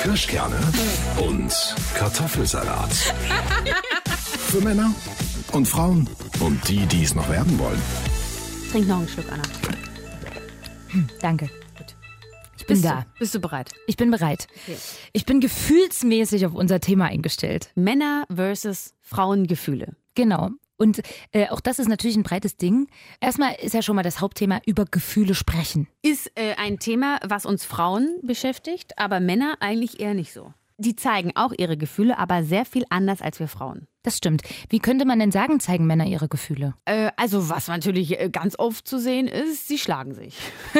Kirschkerne und Kartoffelsalat. Für Männer und Frauen und die es noch werden wollen. Trink noch einen Schluck, Anna. Danke. Gut. Ich bin da. Bist du bereit? Ich bin bereit. Okay. Ich bin gefühlsmäßig auf unser Thema eingestellt. Männer versus Frauengefühle. Genau. Und auch das ist natürlich ein breites Ding. Erstmal ist ja schon mal das Hauptthema über Gefühle sprechen. Ist ein Thema, was uns Frauen beschäftigt, aber Männer eigentlich eher nicht so. Die zeigen auch ihre Gefühle, aber sehr viel anders als wir Frauen. Das stimmt. Wie könnte man denn sagen, zeigen Männer ihre Gefühle? Also was natürlich ganz oft zu sehen ist, sie schlagen sich.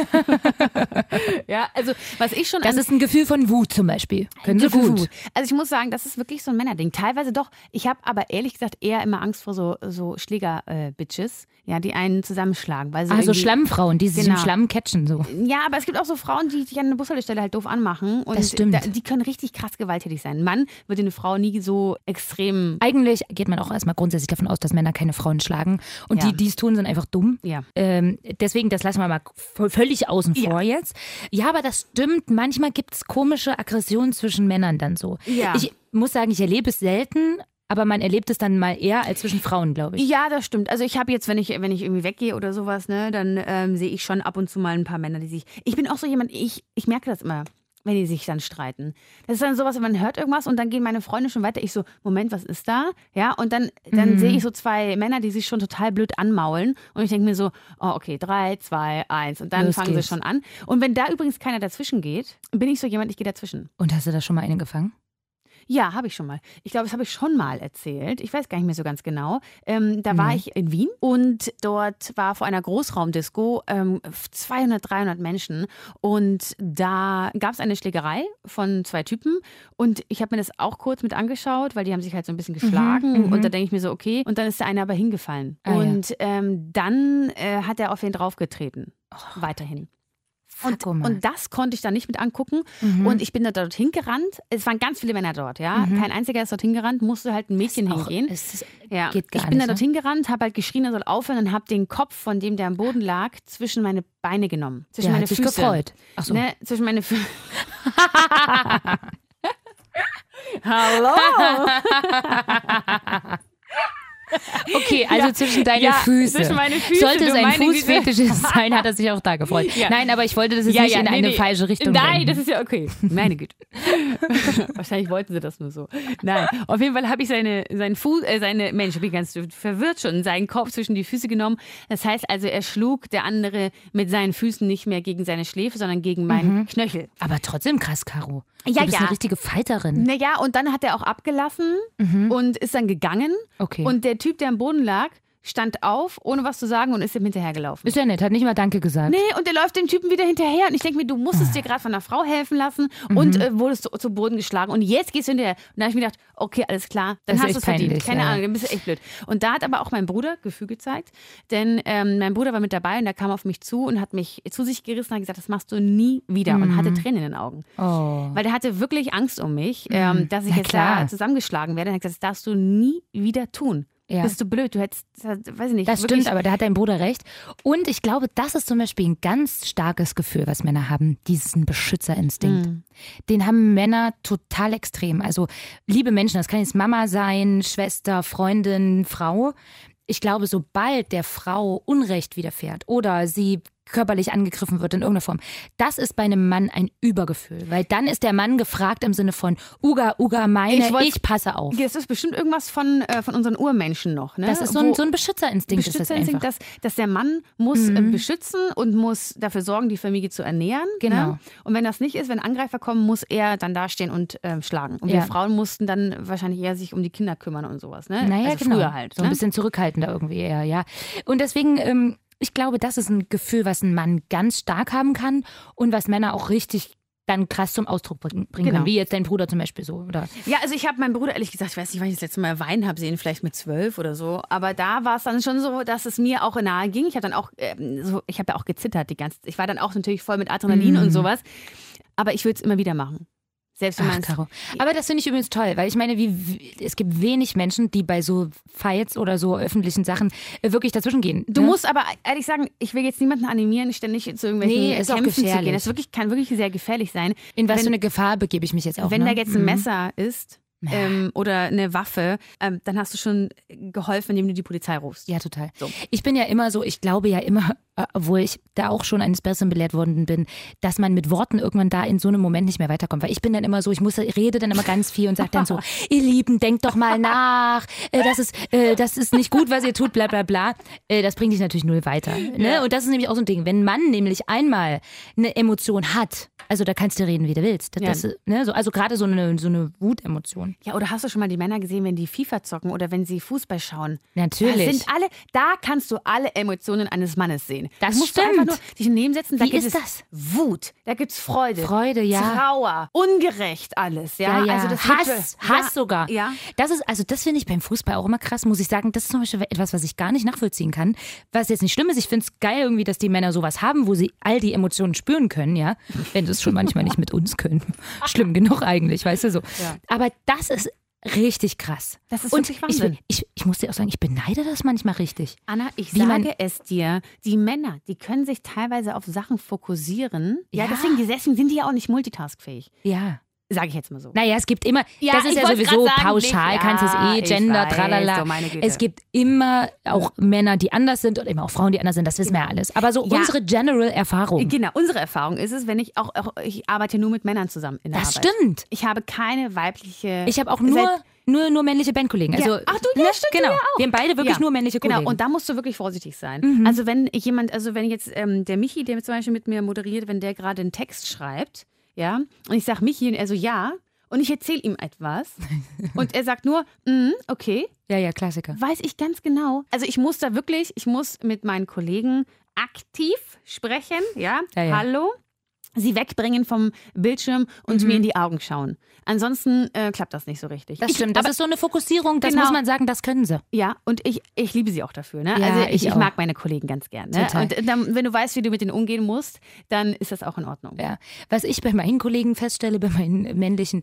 Ja, also was ich schon... Das ist ein Gefühl von Wut zum Beispiel. Können sie gut. Also ich muss sagen, das ist wirklich so ein Männerding. Teilweise doch. Ich habe aber ehrlich gesagt eher immer Angst vor so Schläger-Bitches, ja, die einen zusammenschlagen. Weil so Schlammfrauen, die sich im Schlamm catchen. So. Ja, aber es gibt auch so Frauen, die sich an der Bushaltestelle halt doof anmachen. Und das stimmt. Die können richtig krass gewalttätig sein. Ein Mann würde eine Frau nie so extrem... Eigentlich geht man auch erstmal grundsätzlich davon aus, dass Männer keine Frauen schlagen. Und die es tun, sind einfach dumm. Ja. Deswegen, das lassen wir mal völlig außen vor jetzt. Ja, aber das stimmt. Manchmal gibt es komische Aggressionen zwischen Männern dann so. Ja. Ich muss sagen, ich erlebe es selten. Aber man erlebt es dann mal eher als zwischen Frauen, glaube ich. Ja, das stimmt. Also ich habe jetzt, wenn ich irgendwie weggehe oder sowas, ne, dann sehe ich schon ab und zu mal ein paar Männer, die sich... Ich bin auch so jemand, ich merke das immer, wenn die sich dann streiten. Das ist dann sowas, man hört irgendwas und dann gehen meine Freunde schon weiter. Ich so, Moment, was ist da? Ja, und dann sehe ich so zwei Männer, die sich schon total blöd anmaulen. Und ich denke mir so, oh, okay, 3, 2, 1. Und dann fangen sie schon an. Und wenn da übrigens keiner dazwischen geht, bin ich so jemand, ich gehe dazwischen. Und hast du da schon mal einen gefangen? Ja, habe ich schon mal. Ich glaube, das habe ich schon mal erzählt. Ich weiß gar nicht mehr so ganz genau. Da war ich in Wien und dort war vor einer Großraumdisco 200, 300 Menschen und da gab es eine Schlägerei von 2 Typen und ich habe mir das auch kurz mit angeschaut, weil die haben sich halt so ein bisschen geschlagen und da denke ich mir so, okay. Und dann ist der eine aber hingefallen und dann hat er auf ihn draufgetreten. Weiterhin. Und das konnte ich dann nicht mit angucken. Und ich bin da dorthin gerannt. Es waren ganz viele Männer dort, ja. Kein einziger ist dorthin gerannt, musste halt ein Mädchen hingehen. Geht gar ich bin da nicht, dorthin gerannt, habe halt geschrien, er soll aufhören und habe den Kopf, von dem der am Boden lag, zwischen meine Beine genommen. Zwischen meine Füße. Hat sich gefreut. Ach so. Ne, zwischen meine Füße. Hallo! Okay, also zwischen deine Füße. Zwischen meine Füße. Sollte es ein Fußfetisch sein, hat er sich auch da gefreut. Ja. Nein, aber ich wollte das jetzt nicht in eine falsche Richtung bringen. Nein, das ist ja okay. Meine Güte. Wahrscheinlich wollten sie das nur so. Nein, auf jeden Fall habe ich seinen Fuß, Mensch, ich bin ganz verwirrt schon, seinen Kopf zwischen die Füße genommen. Das heißt also, er schlug der andere mit seinen Füßen nicht mehr gegen seine Schläfe, sondern gegen meinen Knöchel. Aber trotzdem krass, Caro. Du bist eine richtige Fighterin. Naja, und dann hat er auch abgelassen und ist dann gegangen. Okay. Und der Typ, der am Boden lag, stand auf, ohne was zu sagen und ist ihm hinterhergelaufen. Ist ja nett, hat nicht mal Danke gesagt. Nee, und der läuft dem Typen wieder hinterher. Und ich denke mir, du musstest dir gerade von einer Frau helfen lassen und wurdest zu Boden geschlagen. Und jetzt gehst du hinterher. Und da habe ich mir gedacht, okay, alles klar, dann hast du es verdient. Keine Ahnung, dann bist du echt blöd. Und da hat aber auch mein Bruder Gefühl gezeigt. Denn mein Bruder war mit dabei und der kam auf mich zu und hat mich zu sich gerissen und hat gesagt, das machst du nie wieder. Und hatte Tränen in den Augen. Oh. Weil der hatte wirklich Angst um mich, dass ich jetzt da zusammengeschlagen werde. Und er hat gesagt, das darfst du nie wieder tun. Ja. Bist du blöd, du hättest, weiß ich nicht. Das stimmt, aber da hat dein Bruder recht. Und ich glaube, das ist zum Beispiel ein ganz starkes Gefühl, was Männer haben, diesen Beschützerinstinkt. Den haben Männer total extrem. Also liebe Menschen, das kann jetzt Mama sein, Schwester, Freundin, Frau. Ich glaube, sobald der Frau Unrecht widerfährt oder sie körperlich angegriffen wird in irgendeiner Form, das ist bei einem Mann ein Übergefühl. Weil dann ist der Mann gefragt im Sinne von Uga, ich passe auf. Das ist bestimmt irgendwas von unseren Urmenschen noch. Ne? Das ist so ein Beschützerinstinkt. Beschützerinstinkt, dass der Mann muss beschützen und muss dafür sorgen, die Familie zu ernähren. Genau. Ne? Und wenn das nicht ist, wenn Angreifer kommen, muss er dann dastehen und schlagen. Und wir Frauen mussten dann wahrscheinlich eher sich um die Kinder kümmern und sowas. Ne? Naja, also genau. Früher halt. So ein bisschen zurückhaltender irgendwie eher, ja. Und deswegen... ich glaube, das ist ein Gefühl, was ein Mann ganz stark haben kann und was Männer auch richtig dann krass zum Ausdruck bringen können. Wie jetzt dein Bruder zum Beispiel so, oder? Ja, also ich habe meinen Bruder, ehrlich gesagt, ich weiß nicht, wann ich das letzte Mal weinen habe sehen, vielleicht mit 12 oder so. Aber da war es dann schon so, dass es mir auch nahe ging. Ich habe dann auch, ich habe ja auch gezittert die ganze Zeit. Ich war dann auch natürlich voll mit Adrenalin und sowas. Aber ich würde es immer wieder machen. Selbst wenn man Caro. Aber das finde ich übrigens toll, weil ich meine, es gibt wenig Menschen, die bei so Fights oder so öffentlichen Sachen wirklich dazwischen gehen. Du musst aber ehrlich sagen, ich will jetzt niemanden animieren, ständig zu irgendwelchen Kämpfen zu gehen. Das kann wirklich sehr gefährlich sein. In was für eine Gefahr begebe ich mich jetzt auch? Wenn da jetzt ein Messer ist oder eine Waffe, dann hast du schon geholfen, indem du die Polizei rufst. Ja, total. So. Ich bin ja immer so, ich glaube ja immer, obwohl ich da auch schon eines Besseren belehrt worden bin, dass man mit Worten irgendwann da in so einem Moment nicht mehr weiterkommt. Weil ich bin dann immer so, rede dann immer ganz viel und sage dann so, ihr Lieben, denkt doch mal nach, das ist nicht gut, was ihr tut, bla bla bla. Das bringt dich natürlich null weiter. Ne? Ja. Und das ist nämlich auch so ein Ding, wenn man nämlich einmal eine Emotion hat, also da kannst du reden, wie du willst. Also gerade so eine Wutemotion. Ja, oder hast du schon mal die Männer gesehen, wenn die FIFA zocken oder wenn sie Fußball schauen? Natürlich. Da kannst du alle Emotionen eines Mannes sehen. Das musst stimmt. Du einfach nur dich nebensetzen. Da Wie ist das? Wut, da gibt's Freude. Freude, ja. Trauer, ungerecht alles. Ja. Ja. Also das Hass sogar. Ja. Das finde ich beim Fußball auch immer krass, muss ich sagen. Das ist zum Beispiel etwas, was ich gar nicht nachvollziehen kann. Was jetzt nicht schlimm ist, ich finde es geil irgendwie, dass die Männer sowas haben, wo sie all die Emotionen spüren können, ja. Wenn sie es schon manchmal nicht mit uns können. Schlimm genug eigentlich, weißt du so. Ja. Aber das ist richtig krass. Das ist wirklich Wahnsinn. Ich muss dir auch sagen, ich beneide das manchmal richtig. Anna, ich sage es dir, die Männer, die können sich teilweise auf Sachen fokussieren. Ja, deswegen sind die ja auch nicht multitaskfähig. Ja. Sage ich jetzt mal so. Naja, es gibt immer, das ist ja sowieso pauschal, kannst du es Gender, tralala. So es gibt immer auch Männer, die anders sind und immer auch Frauen, die anders sind, das wissen wir ja alles. Aber so unsere General-Erfahrung. Genau, unsere Erfahrung ist es, wenn ich ich arbeite nur mit Männern zusammen in der Arbeit. Das stimmt. Ich habe keine weibliche... Ich habe auch nur männliche Bandkollegen. Also, ach du, ja, stimmt, genau. Ja auch. Wir haben beide wirklich nur männliche Kollegen. Genau, und da musst du wirklich vorsichtig sein. Also wenn jetzt der Michi, der zum Beispiel mit mir moderiert, wenn der gerade einen Text schreibt, ja, und ich sage Michi, und er so, ja, und ich erzähle ihm etwas und er sagt nur, okay. Ja, Klassiker. Weiß ich ganz genau. Also ich muss mit meinen Kollegen aktiv sprechen, ja. Hallo, sie wegbringen vom Bildschirm und mir in die Augen schauen. Ansonsten klappt das nicht so richtig. Das stimmt, das ist so eine Fokussierung, das muss man sagen, das können sie. Ja, und ich liebe sie auch dafür. Ne? Ja, also ich auch. mag meine Kollegen ganz gern. Ne? Und dann, wenn du weißt, wie du mit denen umgehen musst, dann ist das auch in Ordnung. Ja. Was ich bei meinen Kollegen feststelle, bei meinen männlichen,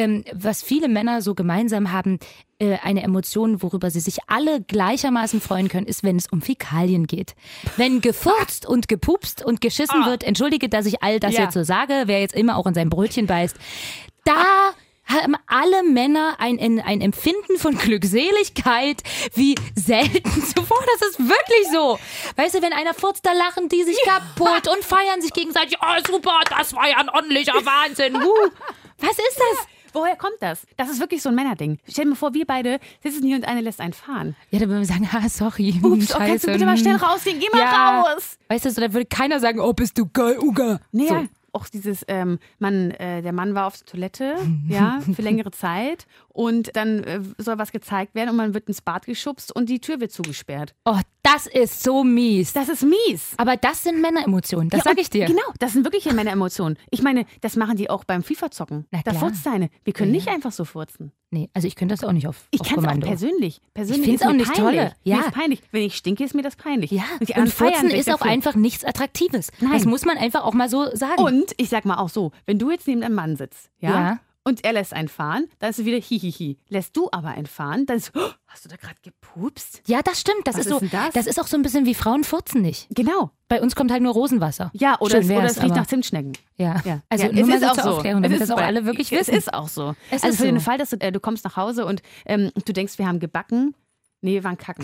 was viele Männer so gemeinsam haben, eine Emotion, worüber sie sich alle gleichermaßen freuen können, ist, wenn es um Fäkalien geht. Wenn gefurzt und gepupst und geschissen wird, entschuldige, dass ich all das jetzt so sage, wer jetzt immer auch in sein Brötchen beißt, da haben alle Männer ein Empfinden von Glückseligkeit wie selten zuvor. Das ist wirklich so. Weißt du, wenn einer furzt, da lachen die sich kaputt und feiern sich gegenseitig. Oh, super, das war ja ein ordentlicher Wahnsinn. Was ist das? Woher kommt das? Das ist wirklich so ein Männerding. Stell dir mal vor, wir beide sitzen hier und eine lässt einen fahren. Ja, dann würden wir sagen, sorry, Ups, kannst du bitte mal schnell rausgehen? Geh mal raus. Weißt du, so, da würde keiner sagen, bist du geil, Uga. Nee, so. Auch dieses, der Mann war auf der Toilette, ja, für längere Zeit und dann soll was gezeigt werden und man wird ins Bad geschubst und die Tür wird zugesperrt. Oh, das ist so mies. Das ist mies. Aber das sind Männeremotionen, das sag ich dir. Genau, das sind wirkliche Männeremotionen. Ich meine, das machen die auch beim FIFA-Zocken. Da furzt eine. Wir können nicht einfach so furzen. Nee, also ich könnte das auch nicht auf Ich kann es auch persönlich. Ich finde es auch nicht toll. Ja. Mir ist peinlich. Wenn ich stinke, ist mir das peinlich. Ja. Und Furzen ist auch einfach nichts Attraktives. Nein. Das muss man einfach auch mal so sagen. Und ich sag mal auch so, wenn du jetzt neben einem Mann sitzt, ja. Und er lässt einen fahren, dann ist es wieder hihihi. Lässt du aber einen fahren, dann ist hast du da gerade gepupst? Ja, das stimmt. Das ist so. Das ist auch so ein bisschen wie Frauen furzen nicht. Genau. Bei uns kommt halt nur Rosenwasser. Ja, oder es riecht nach Zimtschnecken. Ja. Also nur mal so zur Aufklärung, damit das auch alle wirklich wissen. Es ist auch so. Also für den Fall, dass du kommst nach Hause und du denkst, wir haben gebacken. Nee, wir waren kacken.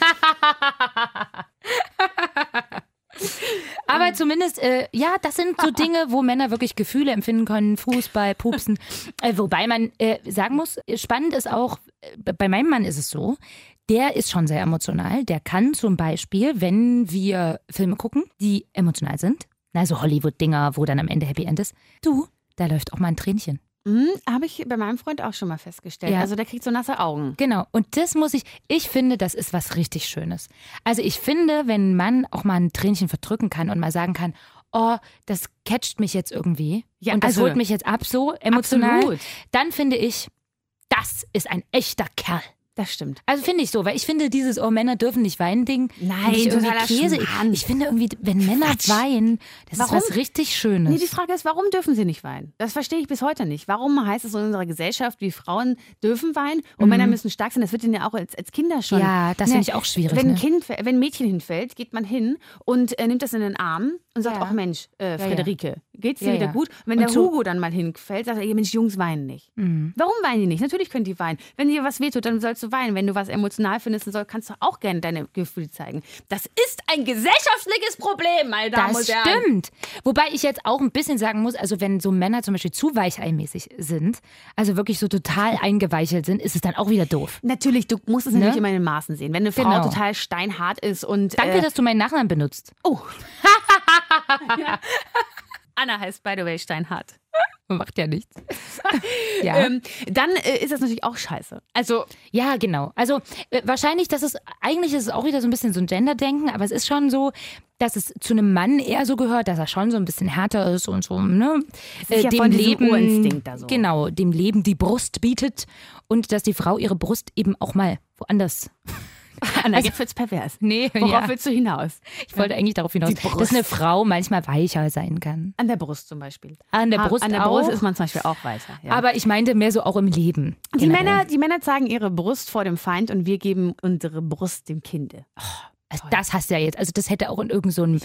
Aber zumindest, das sind so Dinge, wo Männer wirklich Gefühle empfinden können, Fußball, Pupsen. Wobei man sagen muss, spannend ist auch, bei meinem Mann ist es so, der ist schon sehr emotional. Der kann zum Beispiel, wenn wir Filme gucken, die emotional sind, also Hollywood-Dinger, wo dann am Ende Happy End ist, da läuft auch mal ein Tränchen. Habe ich bei meinem Freund auch schon mal festgestellt. Ja. Also der kriegt so nasse Augen. Genau. Und das ich finde, das ist was richtig Schönes. Also ich finde, wenn ein Mann auch mal ein Tränchen verdrücken kann und mal sagen kann, oh, das catcht mich jetzt irgendwie und das holt mich jetzt ab so emotional, absolut. Dann finde ich, das ist ein echter Kerl. Das stimmt. Also finde ich so, weil ich finde dieses Männer dürfen nicht weinen Ding. Nein, ich irgendwie totaler Käse. Schmarrn. Ich finde irgendwie, wenn Männer weinen, das ist was richtig Schönes. Nee, die Frage ist, warum dürfen sie nicht weinen? Das verstehe ich bis heute nicht. Warum heißt es in unserer Gesellschaft, wie Frauen dürfen weinen und Männer müssen stark sein? Das wird ihnen ja auch als Kinder schon. Ja, das finde ich auch schwierig. Wenn ein Mädchen hinfällt, geht man hin und nimmt das in den Arm und sagt, ach Mensch, Friederike, geht's dir wieder gut? Und wenn der Hugo dann mal hinfällt, sagt er, Mensch, Jungs weinen nicht. Warum weinen die nicht? Natürlich können die weinen. Wenn dir was wehtut, dann sollst du weinen. Wenn du was emotional findest, dann kannst du auch gerne deine Gefühle zeigen. Das ist ein gesellschaftliches Problem, meine Damen und Herren. Das stimmt. Wobei ich jetzt auch ein bisschen sagen muss, also wenn so Männer zum Beispiel zu weicheimäßig sind, also wirklich so total eingeweichelt sind, ist es dann auch wieder doof. Natürlich, du musst es natürlich immer in den Maßen sehen. Wenn eine Frau total steinhart ist und... Danke, dass du meinen Nachnamen benutzt. Oh. Ja. Anna heißt, by the way, steinhart. Macht ja nichts. Ja. Dann ist das natürlich auch scheiße. Also ja, genau. Also wahrscheinlich, eigentlich ist es auch wieder so ein bisschen so ein Gender-Denken, aber es ist schon so, dass es zu einem Mann eher so gehört, dass er schon so ein bisschen härter ist und so, ne? Dem Leben, Urinstinkt da so. Genau, dem Leben die Brust bietet und dass die Frau ihre Brust eben auch mal woanders... Anna, jetzt wird's pervers. Nee, worauf willst du hinaus? Ich wollte eigentlich darauf hinaus, dass eine Frau manchmal weicher sein kann. An der Brust zum Beispiel. An der Brust ist man zum Beispiel auch weicher. Ja. Aber ich meinte mehr so auch im Leben. Die Männer zeigen ihre Brust vor dem Feind und wir geben unsere Brust dem Kinde. Also das hast du ja jetzt. Also das hätte auch in irgend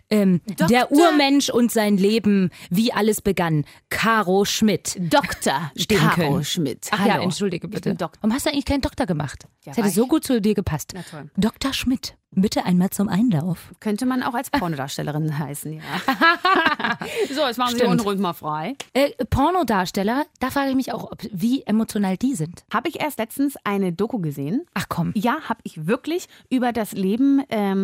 der Urmensch und sein Leben, wie alles begann. Caro Schmidt. Dr. Caro Schmidt. Ach ja, entschuldige bitte. Warum hast du eigentlich keinen Doktor gemacht? Ja, das hätte so gut zu dir gepasst. Na toll. Dr. Schmidt, bitte einmal zum Einlauf. Könnte man auch als Pornodarstellerin heißen, ja. So, jetzt machen Sie die Unruhig mal frei. Pornodarsteller, da frage ich mich auch, wie emotional die sind. Habe ich erst letztens eine Doku gesehen. Ach komm. Ja, habe ich wirklich über das Leben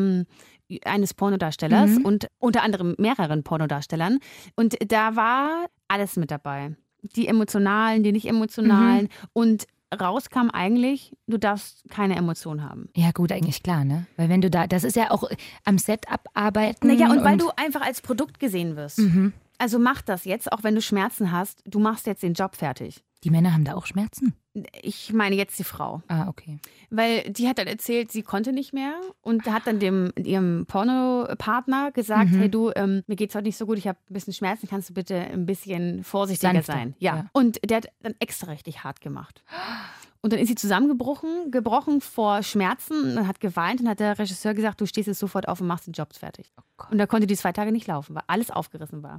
eines Pornodarstellers und unter anderem mehreren Pornodarstellern. Und da war alles mit dabei. Die emotionalen, die nicht emotionalen und rauskam eigentlich, du darfst keine Emotion haben. Ja gut, eigentlich klar, ne? Weil wenn du das ist ja auch am Set abarbeiten. Naja, und weil du einfach als Produkt gesehen wirst. Also mach das jetzt, auch wenn du Schmerzen hast, du machst jetzt den Job fertig. Die Männer haben da auch Schmerzen? Ich meine jetzt die Frau. Ah, okay. Weil die hat dann erzählt, sie konnte nicht mehr und hat dann ihrem Pornopartner gesagt, hey du, mir geht's heute nicht so gut, ich habe ein bisschen Schmerzen, kannst du bitte ein bisschen vorsichtiger sanfter sein? Ja. Und der hat dann extra richtig hart gemacht. Und dann ist sie gebrochen vor Schmerzen und hat geweint und hat der Regisseur gesagt, du stehst jetzt sofort auf und machst den Job fertig. Oh und da konnte die 2 Tage nicht laufen, weil alles aufgerissen war.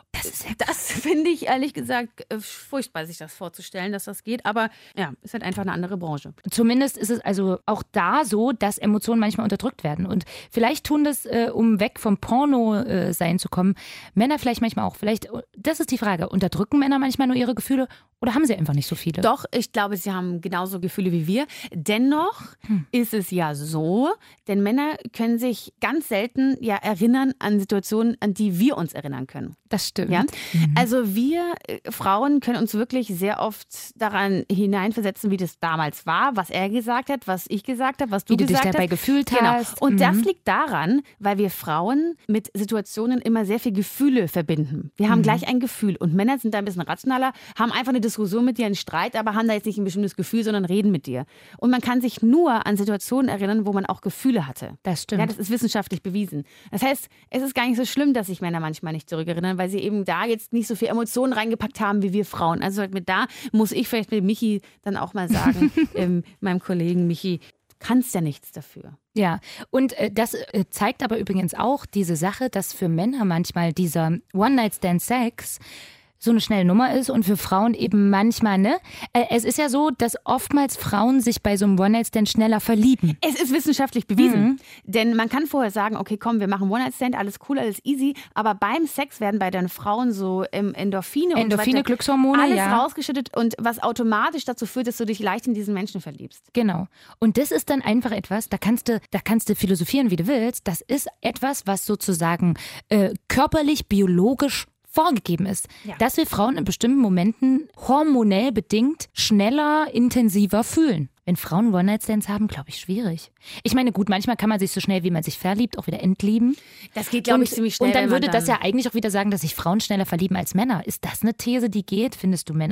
Das finde ich ehrlich gesagt furchtbar, sich das vorzustellen, dass das geht. Aber ja, ist halt einfach eine andere Branche. Zumindest ist es also auch da so, dass Emotionen manchmal unterdrückt werden. Und vielleicht tun das, um weg vom Porno sein zu kommen, Männer vielleicht manchmal auch. Vielleicht, das ist die Frage, unterdrücken Männer manchmal nur ihre Gefühle oder haben sie einfach nicht so viele? Doch, ich glaube, sie haben genauso Gefühle wie wir. Dennoch ist es ja so, denn Männer können sich ganz selten ja erinnern an Situationen, an die wir uns erinnern können. Das stimmt. Ja? Also wir Frauen können uns wirklich sehr oft daran hineinversetzen, wie das damals war, was er gesagt hat, was ich gesagt habe, was du gesagt hast. Wie du dich dabei gefühlt hast. Und das liegt daran, weil wir Frauen mit Situationen immer sehr viel Gefühle verbinden. Wir haben gleich ein Gefühl und Männer sind da ein bisschen rationaler, haben einfach eine Diskussion mit dir, einen Streit, aber haben da jetzt nicht ein bestimmtes Gefühl, sondern reden mit dir. Und man kann sich nur an Situationen erinnern, wo man auch Gefühle hatte. Das stimmt. Ja, das ist wissenschaftlich bewiesen. Das heißt, es ist gar nicht so schlimm, dass sich Männer manchmal nicht zurückerinnern, weil sie eben da jetzt nicht so viel Emotionen reingepackt haben wie wir Frauen. Also da muss ich vielleicht mit Michi dann auch mal sagen, meinem Kollegen Michi, du kannst ja nichts dafür. Ja, und das zeigt aber übrigens auch diese Sache, dass für Männer manchmal dieser One-Night-Stand-Sex so eine schnelle Nummer ist und für Frauen eben manchmal, ne? Es ist ja so, dass oftmals Frauen sich bei so einem One-Night-Stand schneller verlieben. Es ist wissenschaftlich bewiesen. Denn man kann vorher sagen, okay, komm, wir machen One-Night-Stand, alles cool, alles easy. Aber beim Sex werden bei den Frauen so Endorphine und so weiter, Glückshormone, alles rausgeschüttet und was automatisch dazu führt, dass du dich leicht in diesen Menschen verliebst. Genau. Und das ist dann einfach etwas, da kannst du philosophieren, wie du willst. Das ist etwas, was sozusagen körperlich, biologisch vorgegeben ist, dass wir Frauen in bestimmten Momenten hormonell bedingt schneller, intensiver fühlen. Wenn Frauen One-Night-Stands haben, glaube ich, schwierig. Ich meine, gut, manchmal kann man sich so schnell, wie man sich verliebt, auch wieder entlieben. Das geht, glaube ich, ziemlich schnell. Und dann würde das ja eigentlich auch wieder sagen, dass sich Frauen schneller verlieben als Männer. Ist das eine These, die geht? Findest du Männer?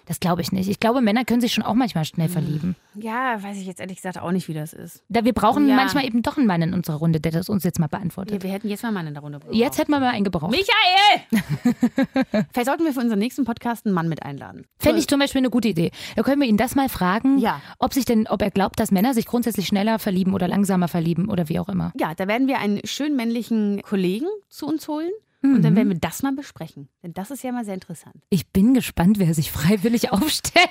Das glaube ich nicht. Ich glaube, Männer können sich schon auch manchmal schnell verlieben. Ja, weiß ich jetzt ehrlich gesagt auch nicht, wie das ist. Wir brauchen manchmal eben doch einen Mann in unserer Runde, der das uns jetzt mal beantwortet. Ja, wir hätten jetzt mal einen Mann in der Runde gebraucht. Jetzt hätten wir mal einen gebraucht. Michael! Vielleicht sollten wir für unseren nächsten Podcast einen Mann mit einladen. Fände ich zum Beispiel eine gute Idee. Da können wir ihn das mal fragen, ob er glaubt, dass Männer sich grundsätzlich schneller verlieben oder langsamer verlieben oder wie auch immer. Ja, da werden wir einen schön männlichen Kollegen zu uns holen. Und dann werden wir das mal besprechen. Denn das ist ja mal sehr interessant. Ich bin gespannt, wer sich freiwillig aufstellt,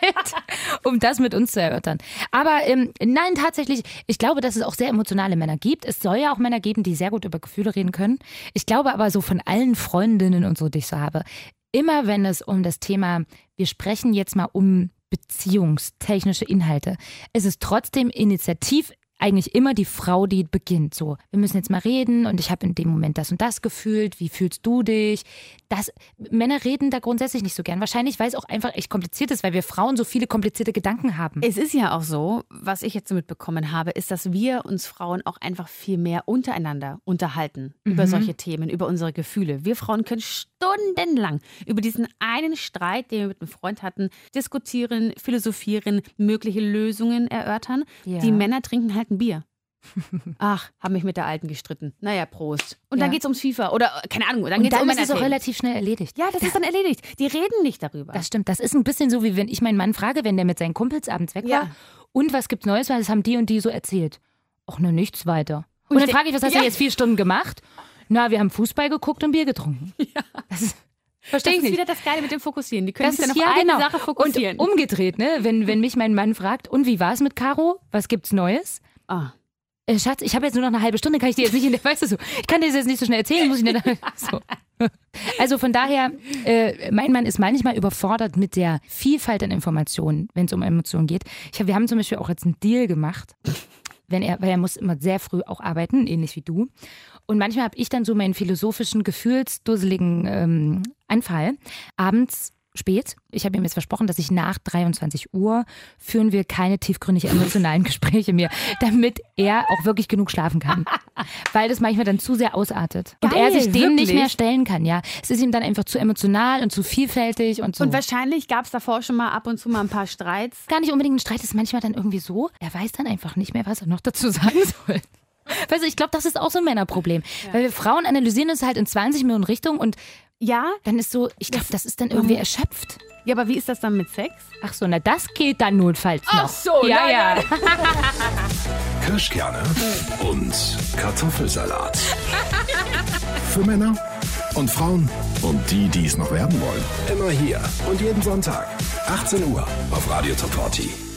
um das mit uns zu erörtern. Aber nein, tatsächlich, ich glaube, dass es auch sehr emotionale Männer gibt. Es soll ja auch Männer geben, die sehr gut über Gefühle reden können. Ich glaube aber so von allen Freundinnen und so, die ich so habe, immer wenn es um das Thema, wir sprechen jetzt mal um beziehungstechnische Inhalte, ist es trotzdem initiativ eigentlich immer die Frau, die beginnt. So, wir müssen jetzt mal reden und ich habe in dem Moment das und das gefühlt. Wie fühlst du dich? Männer reden da grundsätzlich nicht so gern. Wahrscheinlich, weil es auch einfach echt kompliziert ist, weil wir Frauen so viele komplizierte Gedanken haben. Es ist ja auch so, was ich jetzt so mitbekommen habe, ist, dass wir uns Frauen auch einfach viel mehr untereinander unterhalten über solche Themen, über unsere Gefühle. Wir Frauen können stundenlang über diesen einen Streit, den wir mit einem Freund hatten, diskutieren, philosophieren, mögliche Lösungen erörtern. Ja. Die Männer trinken halt ein Bier. Ach, haben mich mit der Alten gestritten. Naja, Prost. Und dann geht's ums FIFA oder keine Ahnung. Dann geht's um ist es auch relativ schnell erledigt. Ja, das ist dann erledigt. Die reden nicht darüber. Das stimmt. Das ist ein bisschen so, wie wenn ich meinen Mann frage, wenn der mit seinen Kumpels abends weg war. Und was gibt's Neues? Weil das haben die und die so erzählt. Ach, ne, nichts weiter. Und dann frage ich, was hast du jetzt 4 Stunden gemacht? Na, wir haben Fußball geguckt und Bier getrunken. Ja. Verstehe ich nicht. Das ist wieder das Geile mit dem Fokussieren. Die können sich dann auf eine Sache fokussieren. Und umgedreht, ne? Wenn mich mein Mann fragt, und wie war es mit Caro? Was gibt's Neues? Schatz, ich habe jetzt nur noch eine halbe Stunde, kann ich dir jetzt nicht, weißt du so, ich kann dir das jetzt nicht so schnell erzählen, muss ich nicht so. Also von daher, mein Mann ist manchmal überfordert mit der Vielfalt an Informationen, wenn es um Emotionen geht. Wir haben zum Beispiel auch jetzt einen Deal gemacht, weil er muss immer sehr früh auch arbeiten, ähnlich wie du. Und manchmal habe ich dann so meinen philosophischen, gefühlsdusseligen Anfall abends spät. Ich habe ihm jetzt versprochen, dass ich nach 23 Uhr führen wir keine tiefgründig emotionalen Gespräche mehr, damit er auch wirklich genug schlafen kann. Weil das manchmal dann zu sehr ausartet. Und er sich dem nicht mehr stellen kann, ja. Es ist ihm dann einfach zu emotional und zu vielfältig und so. Und wahrscheinlich gab es davor schon mal ab und zu mal ein paar Streits. Gar nicht unbedingt ein Streit, ist manchmal dann irgendwie so, er weiß dann einfach nicht mehr, was er noch dazu sagen soll. Weißt du, ich glaube, das ist auch so ein Männerproblem. Ja. Weil wir Frauen analysieren uns halt in 20 Millionen Richtungen und dann ist so, ich glaube, das ist dann irgendwie erschöpft. Ja, aber wie ist das dann mit Sex? Ach so, na das geht dann notfalls noch. Ach so, ja. Kirschkerne und Kartoffelsalat. Für Männer und Frauen und die es noch werden wollen. Immer hier und jeden Sonntag, 18 Uhr auf Radio Top 40.